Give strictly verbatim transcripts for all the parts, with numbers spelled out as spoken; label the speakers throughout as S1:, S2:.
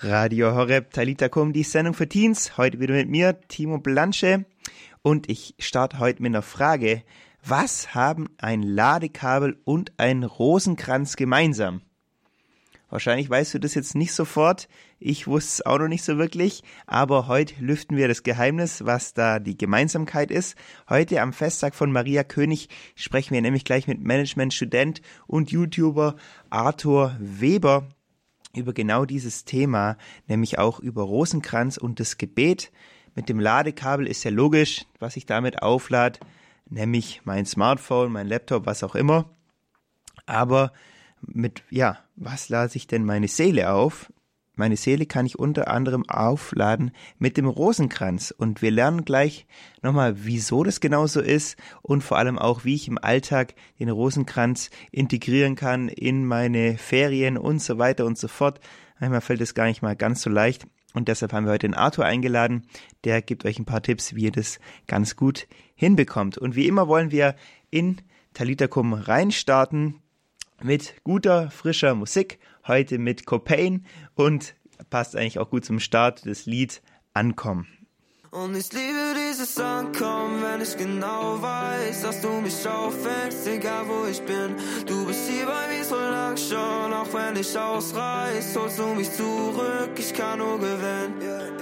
S1: Radio Horeb, Talita Kum, die Sendung für Teens. Heute wieder mit mir, Timo Blanche. Und ich starte heute mit einer Frage. Was haben ein Ladekabel und ein Rosenkranz gemeinsam? Wahrscheinlich weißt du das jetzt nicht sofort. Ich wusste es auch noch nicht so wirklich. Aber heute lüften wir das Geheimnis, was da die Gemeinsamkeit ist. Heute am Festtag von Maria König sprechen wir nämlich gleich mit Management-Student und YouTuber Arthur Weber über genau dieses Thema, nämlich auch über Rosenkranz und das Gebet. Mit dem Ladekabel ist ja logisch, was ich damit auflade, nämlich mein Smartphone, mein Laptop, was auch immer. Aber mit, ja, was lade ich denn meine Seele auf? Meine Seele kann ich unter anderem aufladen mit dem Rosenkranz. Und wir lernen gleich nochmal, wieso das genau so ist und vor allem auch, wie ich im Alltag den Rosenkranz integrieren kann in meine Ferien und so weiter und so fort. Manchmal fällt es gar nicht mal ganz so leicht. Und deshalb haben wir heute den Arthur eingeladen. Der gibt euch ein paar Tipps, wie ihr das ganz gut hinbekommt. Und wie immer wollen wir in Talita Kum reinstarten mit guter, frischer Musik. Heute mit Copain und passt eigentlich auch gut zum Start, das Lied Ankommen.
S2: Und ich liebe dieses Ankommen, wenn ich genau weiß, dass du mich auffängst, egal wo ich bin. Du bist hier bei mir so lang schon, auch wenn ich ausreiß, holst du mich zurück, ich kann nur gewinnen.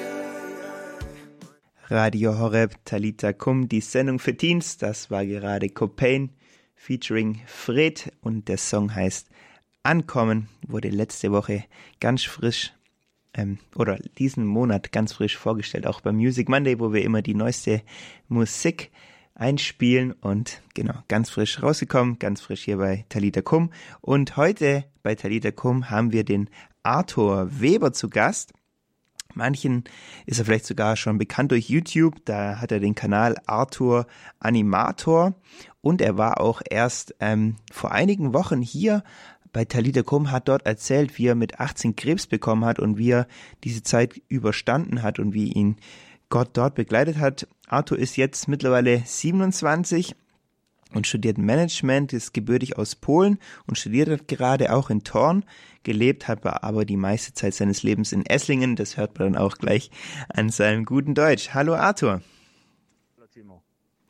S1: Radio Horeb, Talita Kum, die Sendung für Teens, das war gerade Copain featuring Fred und der Song heißt Ankommen, wurde letzte Woche ganz frisch ähm, oder diesen Monat ganz frisch vorgestellt, auch beim Music Monday, wo wir immer die neueste Musik einspielen und genau, ganz frisch rausgekommen, ganz frisch hier bei Talita Kum. Und heute bei Talita Kum haben wir den Arthur Weber zu Gast. Manchen ist er vielleicht sogar schon bekannt durch YouTube, da hat er den Kanal Arthur Animator und er war auch erst ähm, vor einigen Wochen hier bei Talita Kum, hat dort erzählt, wie er mit achtzehn Krebs bekommen hat und wie er diese Zeit überstanden hat und wie ihn Gott dort begleitet hat. Arthur ist jetzt mittlerweile siebenundzwanzig und studiert Management, ist gebürtig aus Polen und studiert gerade auch in Thorn, gelebt hat er aber die meiste Zeit seines Lebens in Esslingen, das hört man dann auch gleich an seinem guten Deutsch. Hallo Arthur.
S3: Hallo Timo.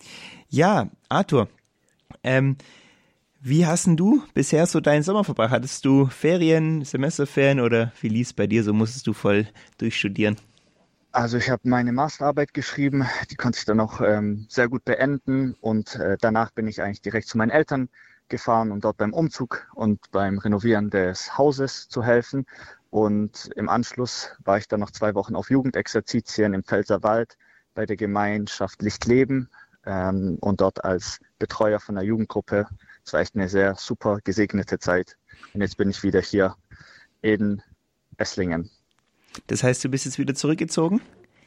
S1: Ja, Arthur, ähm, wie hast denn du bisher so deinen Sommer verbracht? Hattest du Ferien, Semesterferien oder wie lief es bei dir? So musstest du voll durchstudieren?
S3: Also ich habe meine Masterarbeit geschrieben, die konnte ich dann auch ähm, sehr gut beenden und äh, danach bin ich eigentlich direkt zu meinen Eltern gefahren, um dort beim Umzug und beim Renovieren des Hauses zu helfen. Und im Anschluss war ich dann noch zwei Wochen auf Jugendexerzitien im Pfälzerwald bei der Gemeinschaft Lichtleben ähm, und dort als Betreuer von einer Jugendgruppe. Es war echt eine sehr super gesegnete Zeit. Und jetzt bin ich wieder hier in Esslingen.
S1: Das heißt, du bist jetzt wieder zurückgezogen?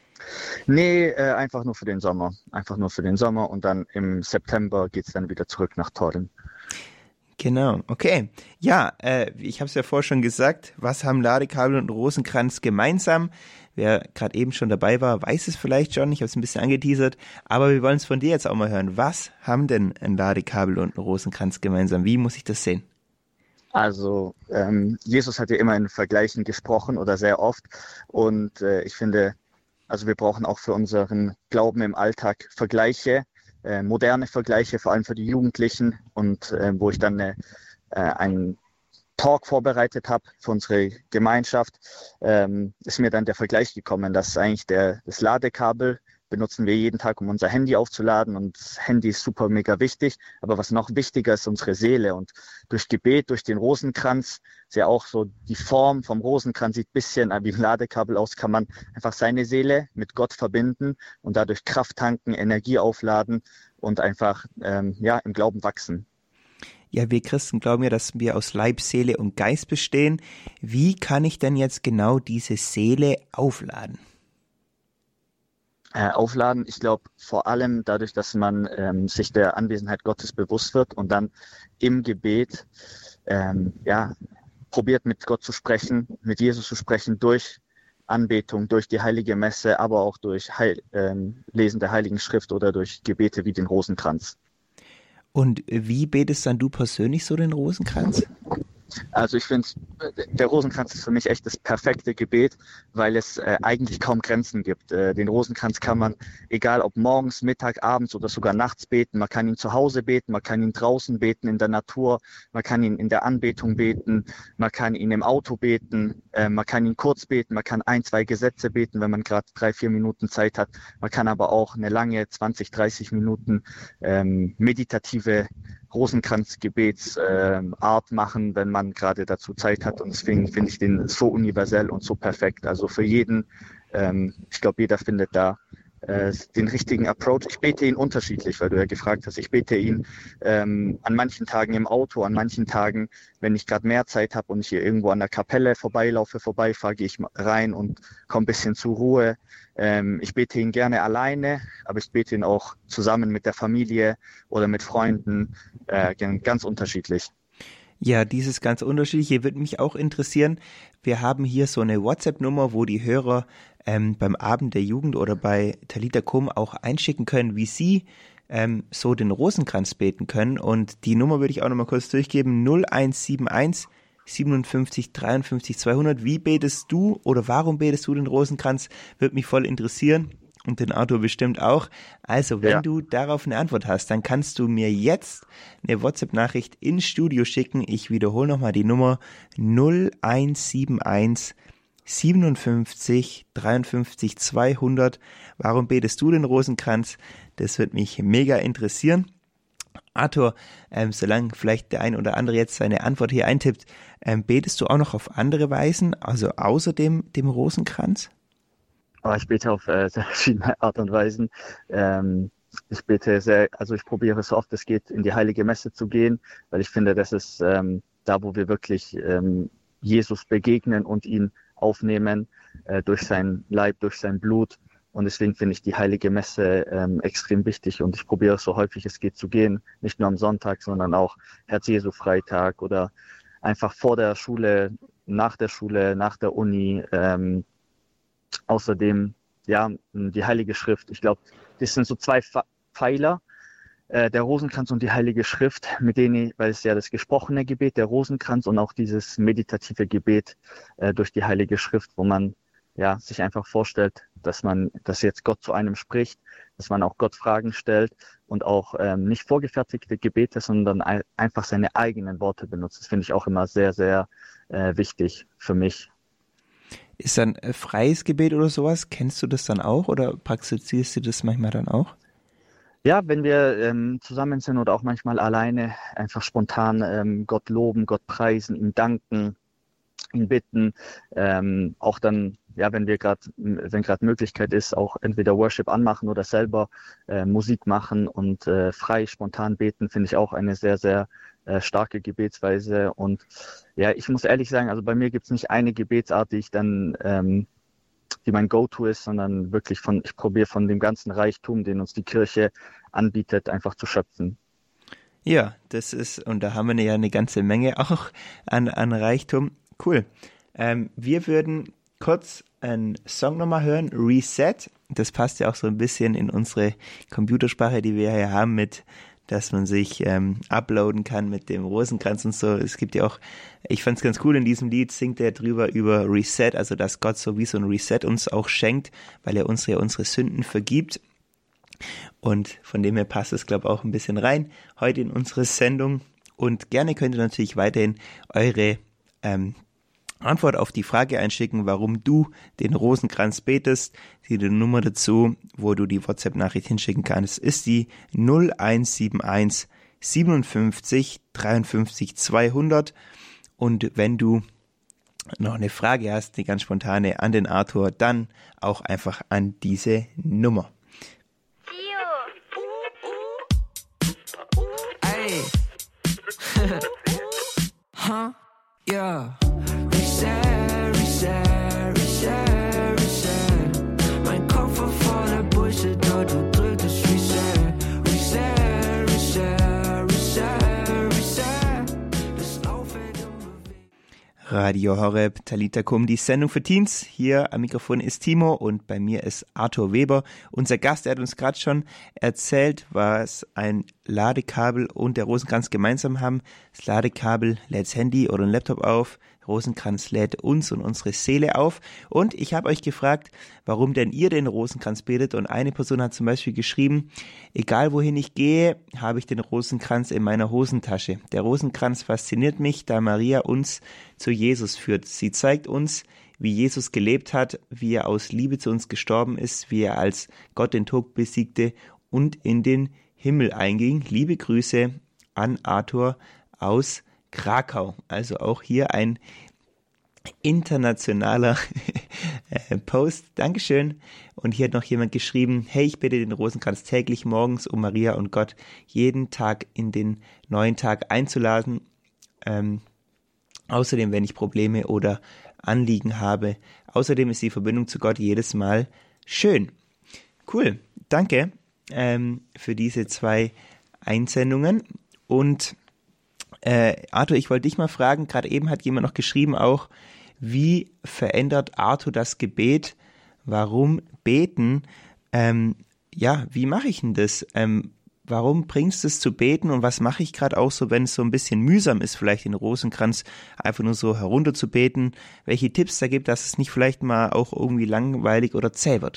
S3: Nee, äh, einfach nur für den Sommer. Einfach nur für den Sommer und dann im September geht es dann wieder zurück nach Torden.
S1: Genau, okay. Ja, äh, ich habe es ja vorher schon gesagt, was haben Ladekabel und Rosenkranz gemeinsam? Wer gerade eben schon dabei war, weiß es vielleicht schon, ich habe es ein bisschen angeteasert, aber wir wollen es von dir jetzt auch mal hören. Was haben denn ein Ladekabel und ein Rosenkranz gemeinsam? Wie muss ich das sehen?
S3: Also ähm, Jesus hat ja immer in Vergleichen gesprochen oder sehr oft und äh, ich finde, also wir brauchen auch für unseren Glauben im Alltag Vergleiche, äh, moderne Vergleiche, vor allem für die Jugendlichen und äh, wo ich dann äh, einen Talk vorbereitet habe für unsere Gemeinschaft, ähm, ist mir dann der Vergleich gekommen, dass eigentlich der, das Ladekabel benutzen wir jeden Tag, um unser Handy aufzuladen und das Handy ist super mega wichtig, aber was noch wichtiger ist, unsere Seele und durch Gebet, durch den Rosenkranz, ist ja auch so die Form vom Rosenkranz sieht ein bisschen wie ein Ladekabel aus, kann man einfach seine Seele mit Gott verbinden und dadurch Kraft tanken, Energie aufladen und einfach ähm, ja im Glauben wachsen.
S1: Ja, wir Christen glauben ja, dass wir aus Leib, Seele und Geist bestehen. Wie kann ich denn jetzt genau diese Seele aufladen?
S3: Äh, aufladen, ich glaube vor allem dadurch, dass man ähm, sich der Anwesenheit Gottes bewusst wird und dann im Gebet ähm, ja, probiert mit Gott zu sprechen, mit Jesus zu sprechen, durch Anbetung, durch die heilige Messe, aber auch durch Heil, ähm, Lesen der Heiligen Schrift oder durch Gebete wie den Rosenkranz.
S1: Und wie betest dann du persönlich so den Rosenkranz?
S3: Also ich finde, der Rosenkranz ist für mich echt das perfekte Gebet, weil es äh, eigentlich kaum Grenzen gibt. Äh, den Rosenkranz kann man, egal ob morgens, Mittag, abends oder sogar nachts beten. Man kann ihn zu Hause beten, man kann ihn draußen beten in der Natur, man kann ihn in der Anbetung beten, man kann ihn im Auto beten, äh, man kann ihn kurz beten, man kann ein, zwei Gesetze beten, wenn man gerade drei, vier Minuten Zeit hat. Man kann aber auch eine lange zwanzig, dreißig Minuten ähm, meditative Rosenkranzgebetsart äh, machen, wenn man gerade dazu Zeit hat. Und deswegen finde ich den so universell und so perfekt. Also für jeden, ähm, ich glaube, jeder findet da äh, den richtigen Approach. Ich bete ihn unterschiedlich, weil du ja gefragt hast. Ich bete ihn ähm, an manchen Tagen im Auto, an manchen Tagen, wenn ich gerade mehr Zeit habe und ich hier irgendwo an der Kapelle vorbeilaufe, vorbeifahre, gehe ich rein und komme ein bisschen zur Ruhe. Ähm, ich bete ihn gerne alleine, aber ich bete ihn auch zusammen mit der Familie oder mit Freunden, äh, ganz unterschiedlich.
S1: Ja, dieses ganz Unterschiedliche würde mich auch interessieren. Wir haben hier so eine WhatsApp-Nummer, wo die Hörer ähm, beim Abend der Jugend oder bei Talita Kum auch einschicken können, wie sie ähm, so den Rosenkranz beten können. Und die Nummer würde ich auch nochmal kurz durchgeben, null eins sieben eins siebenundfünfzig dreiundfünfzig zweihundert. Wie betest du oder warum betest du den Rosenkranz? Würde mich voll interessieren. Und den Arthur bestimmt auch. Also, wenn ja. du darauf eine Antwort hast, dann kannst du mir jetzt eine WhatsApp-Nachricht ins Studio schicken. Ich wiederhole nochmal die Nummer null eins sieben eins siebenundfünfzig dreiundfünfzig zweihundert. Warum betest du den Rosenkranz? Das wird mich mega interessieren. Arthur, ähm, solange vielleicht der ein oder andere jetzt seine Antwort hier eintippt, ähm, betest du auch noch auf andere Weisen, also außer dem, dem Rosenkranz?
S3: Aber ich bete auf äh, sehr verschiedene Art und Weisen. Ähm, ich bete sehr, also ich probiere so oft es geht, in die Heilige Messe zu gehen, weil ich finde, das ist ähm, da, wo wir wirklich ähm, Jesus begegnen und ihn aufnehmen äh, durch sein Leib, durch sein Blut. Und deswegen finde ich die Heilige Messe ähm, extrem wichtig und ich probiere so häufig es geht zu gehen, nicht nur am Sonntag, sondern auch Herz-Jesu-Freitag oder einfach vor der Schule, nach der Schule, nach der Uni. Ähm, Außerdem, ja, die Heilige Schrift. Ich glaube, das sind so zwei Pfeiler, äh, der Rosenkranz und die Heilige Schrift, mit denen, weil es ja das gesprochene Gebet, der Rosenkranz und auch dieses meditative Gebet äh, durch die Heilige Schrift, wo man ja sich einfach vorstellt, dass man, dass jetzt Gott zu einem spricht, dass man auch Gott Fragen stellt und auch ähm, nicht vorgefertigte Gebete, sondern ein, einfach seine eigenen Worte benutzt. Das finde ich auch immer sehr, sehr äh, wichtig für mich.
S1: Ist dann äh, freies Gebet oder sowas? Kennst du das dann auch oder praktizierst du das manchmal dann auch?
S3: Ja, wenn wir ähm, zusammen sind oder auch manchmal alleine, einfach spontan ähm, Gott loben, Gott preisen, ihm danken, ihn bitten. Ähm, auch dann, ja, wenn wir gerade, wenn gerade Möglichkeit ist, auch entweder Worship anmachen oder selber äh, Musik machen und äh, frei, spontan beten, finde ich auch eine sehr, sehr äh, starke Gebetsweise. Und ja, ich muss ehrlich sagen, also bei mir gibt es nicht eine Gebetsart, die ich dann, ähm, die mein Go-To ist, sondern wirklich von, ich probiere von dem ganzen Reichtum, den uns die Kirche anbietet, einfach zu schöpfen.
S1: Ja, das ist, und da haben wir ja eine ganze Menge auch an, an Reichtum. Cool. Ähm, wir würden kurz einen Song nochmal hören, Reset. Das passt ja auch so ein bisschen in unsere Computersprache, die wir hier haben, mit, dass man sich ähm, uploaden kann mit dem Rosenkranz und so. Es gibt ja auch, ich fand es ganz cool, in diesem Lied singt er drüber über Reset, also dass Gott so wie so ein Reset uns auch schenkt, weil er uns ja unsere Sünden vergibt. Und von dem her passt es, glaube ich, auch ein bisschen rein heute in unsere Sendung. Und gerne könnt ihr natürlich weiterhin eure ähm, Antwort auf die Frage einschicken, warum du den Rosenkranz betest. Die Nummer dazu, wo du die WhatsApp-Nachricht hinschicken kannst, ist die null eins sieben eins siebenundfünfzig dreiundfünfzig zweihundert. Und wenn du noch eine Frage hast, die ganz spontane an den Arthur, dann auch einfach an diese Nummer.
S2: Huh? Yeah. Reset, reset, reset, reset. Mein Koffer voller Bullshit, doch du drückst Reset. Reset, reset, reset, reset. Das Laufwerk im Bewegung.
S1: Radio Horeb, Talita Kum, die Sendung für Teens. Hier am Mikrofon ist Timo und bei mir ist Arthur Weber. Unser Gast, der hat uns gerade schon erzählt, was ein Ladekabel und der Rosenkranz gemeinsam haben. Das Ladekabel lädt das Handy oder ein Laptop auf. Rosenkranz lädt uns und unsere Seele auf. Und ich habe euch gefragt, warum denn ihr den Rosenkranz betet. Und eine Person hat zum Beispiel geschrieben, egal wohin ich gehe, habe ich den Rosenkranz in meiner Hosentasche. Der Rosenkranz fasziniert mich, da Maria uns zu Jesus führt. Sie zeigt uns, wie Jesus gelebt hat, wie er aus Liebe zu uns gestorben ist, wie er als Gott den Tod besiegte und in den Himmel einging. Liebe Grüße an Arthur aus Krakau. Also auch hier ein internationaler Post. Dankeschön. Und hier hat noch jemand geschrieben, hey, ich bete den Rosenkranz täglich morgens, um Maria und Gott jeden Tag in den neuen Tag einzuladen. Ähm, außerdem, wenn ich Probleme oder Anliegen habe. Außerdem ist die Verbindung zu Gott jedes Mal schön. Cool. Danke ähm, für diese zwei Einsendungen. Und Äh, Arthur, ich wollte dich mal fragen, gerade eben hat jemand noch geschrieben auch, wie verändert Arthur das Gebet? Warum beten? Ähm, ja, wie mache ich denn das? Ähm, warum bringst du es zu beten und was mache ich gerade auch so, wenn es so ein bisschen mühsam ist, vielleicht den Rosenkranz einfach nur so herunter zu beten? Welche Tipps da gibt, dass es nicht vielleicht mal auch irgendwie langweilig oder zäh wird?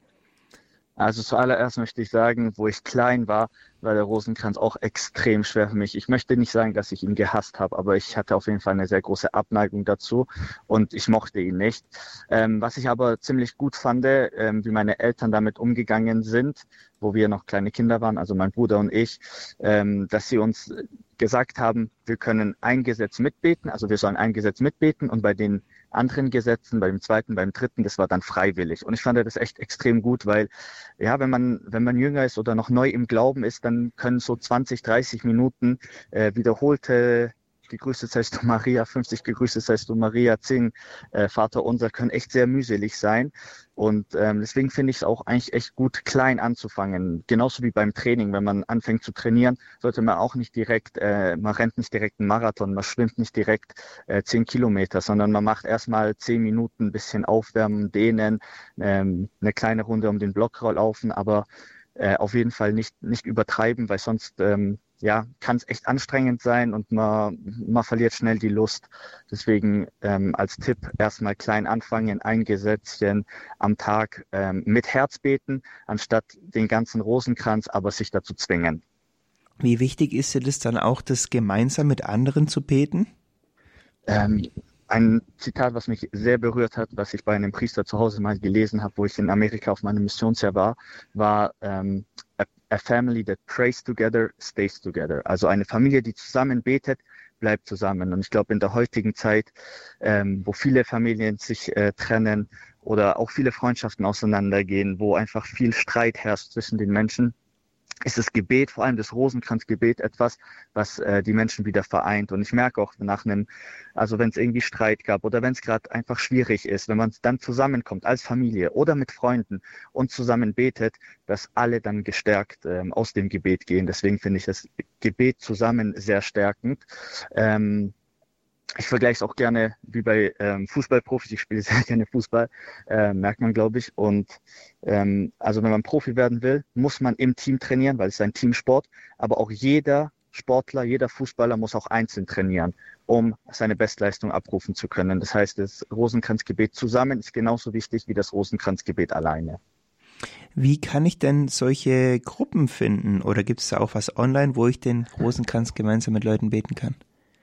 S3: Also zuallererst möchte ich sagen, wo ich klein war, war der Rosenkranz auch extrem schwer für mich. Ich möchte nicht sagen, dass ich ihn gehasst habe, aber ich hatte auf jeden Fall eine sehr große Abneigung dazu und ich mochte ihn nicht. Ähm, was ich aber ziemlich gut fand, ähm, wie meine Eltern damit umgegangen sind, wo wir noch kleine Kinder waren, also mein Bruder und ich, ähm, dass sie uns gesagt haben, wir können ein Gesetz mitbeten, also wir sollen ein Gesetz mitbeten und bei den anderen Gesetzen, beim zweiten, beim dritten, das war dann freiwillig. Und ich fand das echt extrem gut, weil ja, wenn man wenn man jünger ist oder noch neu im Glauben ist, dann können so zwanzig, dreißig Minuten äh, wiederholte Gegrüßet seist du Maria, fünfzig Gegrüßet seist du Maria, zehn äh, Vater unser können echt sehr mühselig sein. Und ähm, deswegen finde ich es auch eigentlich echt gut, klein anzufangen. Genauso wie beim Training, wenn man anfängt zu trainieren, sollte man auch nicht direkt, äh, man rennt nicht direkt einen Marathon, man schwimmt nicht direkt äh, zehn Kilometer, sondern man macht erstmal zehn Minuten ein bisschen aufwärmen, dehnen, ähm, eine kleine Runde um den Block laufen, aber äh, auf jeden Fall nicht, nicht übertreiben, weil sonst ähm, ja, kann es echt anstrengend sein und man, man verliert schnell die Lust. Deswegen ähm, als Tipp erstmal klein anfangen, ein Gesetzchen am Tag ähm, mit Herz beten, anstatt den ganzen Rosenkranz, aber sich dazu zwingen.
S1: Wie wichtig ist dir das dann auch, das gemeinsam mit anderen zu beten? Ähm,
S3: ein Zitat, was mich sehr berührt hat, was ich bei einem Priester zu Hause mal gelesen habe, wo ich in Amerika auf meinem Missionsjahr war, war ähm, A family that prays together stays together. Also eine Familie, die zusammen betet, bleibt zusammen. Und ich glaube, in der heutigen Zeit, ähm, wo viele Familien sich äh, trennen oder auch viele Freundschaften auseinandergehen, wo einfach viel Streit herrscht zwischen den Menschen, ist das Gebet, vor allem das Rosenkranzgebet, etwas, was äh, die Menschen wieder vereint. Und ich merke auch nach einem, also wenn es irgendwie Streit gab oder wenn es gerade einfach schwierig ist, wenn man dann zusammenkommt als Familie oder mit Freunden und zusammen betet, dass alle dann gestärkt ähm, aus dem Gebet gehen. Deswegen finde ich das Gebet zusammen sehr stärkend. Ähm, Ich vergleiche es auch gerne wie bei ähm, Fußballprofis. Ich spiele sehr gerne Fußball, äh, merkt man, glaube ich. Und ähm, also wenn man Profi werden will, muss man im Team trainieren, weil es ist ein Teamsport. Aber auch jeder Sportler, jeder Fußballer muss auch einzeln trainieren, um seine Bestleistung abrufen zu können. Das heißt, das Rosenkranzgebet zusammen ist genauso wichtig wie das Rosenkranzgebet alleine.
S1: Wie kann ich denn solche Gruppen finden? Oder gibt es da auch was online, wo ich den Rosenkranz gemeinsam mit Leuten beten kann?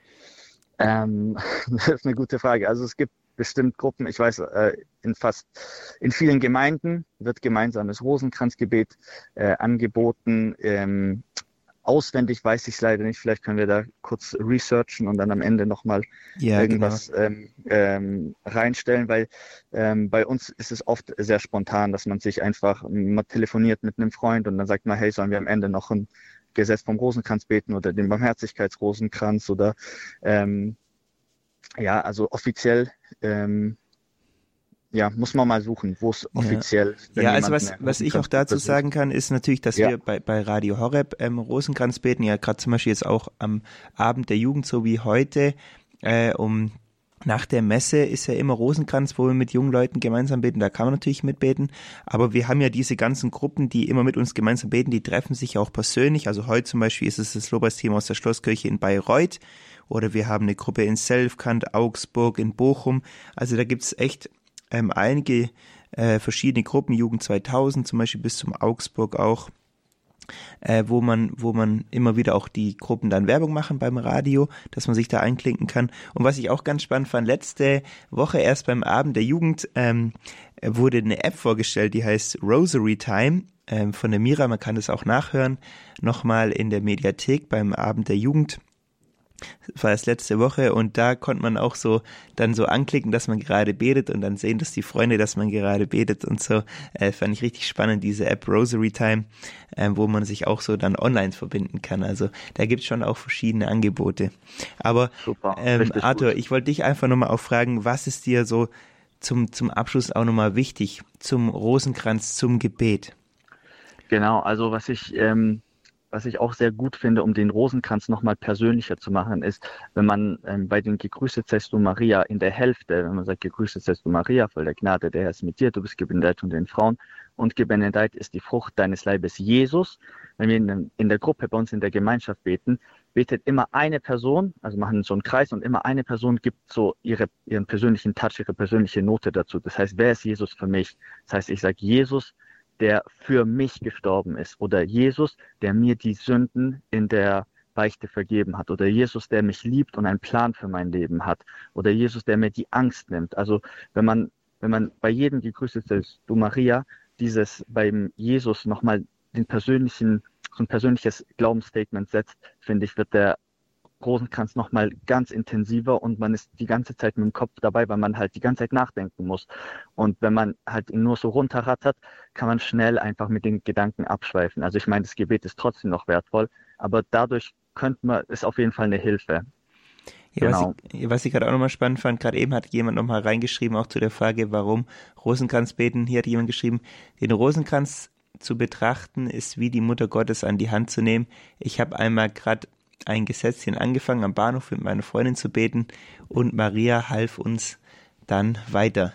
S3: Ähm, das ist eine gute Frage. Also es gibt bestimmt Gruppen, ich weiß, äh, in fast, in vielen Gemeinden wird gemeinsames Rosenkranzgebet äh, angeboten. Ähm, auswendig weiß ich es leider nicht. Vielleicht können wir da kurz researchen und dann am Ende nochmal ja, irgendwas genau. ähm, ähm, reinstellen, weil ähm, bei uns ist es oft sehr spontan, dass man sich einfach, man telefoniert mit einem Freund und dann sagt man, hey, sollen wir am Ende noch ein Gesetz vom Rosenkranz beten oder den Barmherzigkeitsrosenkranz oder ähm, ja, also offiziell ähm, ja, muss man mal suchen, wo es offiziell
S1: Ja, ja also was, was ich auch dazu besucht. sagen kann, ist natürlich, dass ja. wir bei, bei Radio Horeb ähm, Rosenkranz beten, ja gerade zum Beispiel jetzt auch am Abend der Jugend, so wie heute, äh, um Nach der Messe ist ja immer Rosenkranz, wo wir mit jungen Leuten gemeinsam beten. Da kann man natürlich mitbeten. Aber wir haben ja diese ganzen Gruppen, die immer mit uns gemeinsam beten, die treffen sich ja auch persönlich. Also heute zum Beispiel ist es das Lobpreisteam aus der Schlosskirche in Bayreuth. Oder wir haben eine Gruppe in Selfkant, Augsburg, in Bochum. Also da gibt's echt ähm, einige äh, verschiedene Gruppen. Jugend zweitausend zum Beispiel bis zum Augsburg auch. Äh, wo man wo man immer wieder auch die Gruppen dann Werbung machen beim Radio, dass man sich da einklinken kann. Und was ich auch ganz spannend fand, letzte Woche erst beim Abend der Jugend ähm, wurde eine App vorgestellt, die heißt Rosary Time ähm, von der Mira. Man kann das auch nachhören, nochmal in der Mediathek beim Abend der Jugend. Das war das letzte Woche und da konnte man auch so dann so anklicken, dass man gerade betet und dann sehen, dass die Freunde, dass man gerade betet und so. Äh, fand ich richtig spannend, diese App Rosary Time, äh, wo man sich auch so dann online verbinden kann. Also da gibt's schon auch verschiedene Angebote. Aber
S3: Super,
S1: ähm, Arthur, gut. Ich wollte dich einfach nochmal auch fragen, was ist dir so zum, zum Abschluss auch nochmal wichtig zum Rosenkranz, zum Gebet?
S3: Genau, also was ich... Ähm Was ich auch sehr gut finde, um den Rosenkranz nochmal persönlicher zu machen, ist, wenn man ähm, bei den Gegrüßet seist du Maria in der Hälfte, wenn man sagt, Gegrüßet seist du Maria, voll der Gnade, der Herr ist mit dir, du bist gebenedeit unter den Frauen und gebenedeit ist die Frucht deines Leibes, Jesus. Wenn wir in, in der Gruppe bei uns in der Gemeinschaft beten, betet immer eine Person, also machen so einen Kreis und immer eine Person gibt so ihre, ihren persönlichen Touch, ihre persönliche Note dazu. Das heißt, wer ist Jesus für mich? Das heißt, ich sage Jesus, der für mich gestorben ist, oder Jesus, der mir die Sünden in der Beichte vergeben hat, oder Jesus, der mich liebt und einen Plan für mein Leben hat, oder Jesus, der mir die Angst nimmt. Also wenn man wenn man bei jedem gegrüßet ist, du Maria, dieses beim Jesus nochmal den persönlichen so ein persönliches Glaubensstatement setzt, finde ich, wird der Rosenkranz nochmal ganz intensiver und man ist die ganze Zeit mit dem Kopf dabei, weil man halt die ganze Zeit nachdenken muss. Und wenn man halt ihn nur so runterrattert, kann man schnell einfach mit den Gedanken abschweifen. Also ich meine, das Gebet ist trotzdem noch wertvoll, aber dadurch könnte man, ist auf jeden Fall eine Hilfe.
S1: Ja, genau. Was ich, was ich gerade auch nochmal spannend fand, gerade eben hat jemand nochmal reingeschrieben, auch zu der Frage, warum Rosenkranz beten. Hier hat jemand geschrieben, den Rosenkranz zu betrachten ist wie die Mutter Gottes an die Hand zu nehmen. Ich habe einmal gerade ein Gesetzchen angefangen, am Bahnhof mit meiner Freundin zu beten und Maria half uns dann weiter.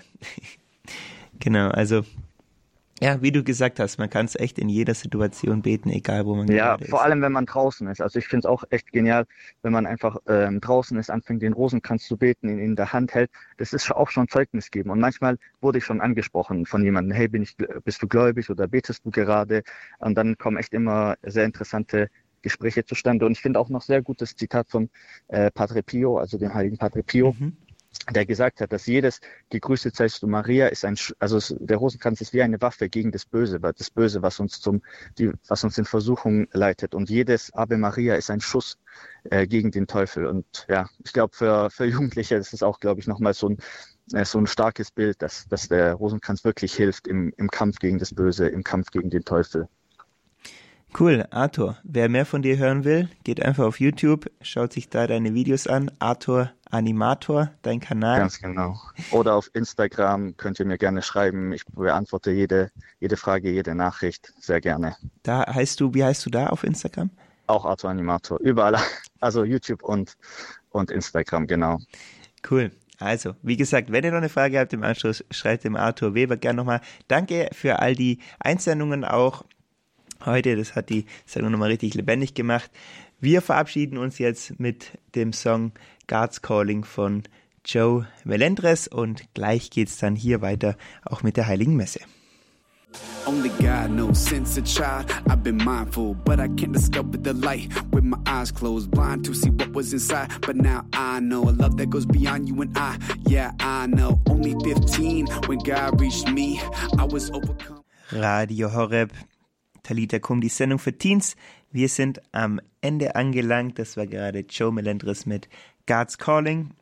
S1: Genau, also ja, wie du gesagt hast, man kann es echt in jeder Situation beten, egal wo man
S3: ja,
S1: gerade ist. Ja,
S3: vor allem, wenn man draußen ist. Also ich finde es auch echt genial, wenn man einfach ähm, draußen ist, anfängt den Rosenkranz zu beten, ihn in der Hand hält. Das ist auch schon Zeugnis geben. Und manchmal wurde ich schon angesprochen von jemandem, hey, bin ich, bist du gläubig oder betest du gerade? Und dann kommen echt immer sehr interessante Gespräche zustande. Und ich finde auch noch sehr gutes Zitat von äh, Padre Pio, also dem heiligen Padre Pio, mhm. der gesagt hat, dass jedes Gegrüßet seist du Maria ist ein, also es, der Rosenkranz ist wie eine Waffe gegen das Böse, das Böse, was uns zum, die, was uns in Versuchung leitet. Und jedes Ave Maria ist ein Schuss äh, gegen den Teufel. Und ja, ich glaube, für, für Jugendliche ist es auch, glaube ich, nochmal so ein, äh, so ein starkes Bild, dass, dass der Rosenkranz wirklich hilft im, im Kampf gegen das Böse, im Kampf gegen den Teufel.
S1: Cool, Arthur. Wer mehr von dir hören will, geht einfach auf YouTube, schaut sich da deine Videos an. Arthur Animator, dein Kanal.
S3: Ganz genau. Oder auf Instagram könnt ihr mir gerne schreiben. Ich beantworte jede, jede Frage, jede Nachricht sehr gerne.
S1: Da heißt du, wie heißt du da auf Instagram?
S3: Auch Arthur Animator. Überall. Also YouTube und, und Instagram, genau.
S1: Cool. Also, wie gesagt, wenn ihr noch eine Frage habt im Anschluss, schreibt dem Arthur Weber gerne nochmal. Danke für all die Einsendungen auch heute. Das hat die Sendung nochmal richtig lebendig gemacht. Wir verabschieden uns jetzt mit dem Song God's Calling von Joe Melendres und gleich geht's dann hier weiter, auch mit der Heiligen Messe.
S4: Only God knows since a child I've been mindful, but I can't discover the light with my eyes closed, blind to see what was inside. But now I know a love that goes beyond you and I. Yeah, I know. Only fifteen when God reached me, I was overcome.
S1: Radio Horeb, Talita Kum, die Sendung für Teens. Wir sind am Ende angelangt. Das war gerade Joe Melendres mit God's Calling.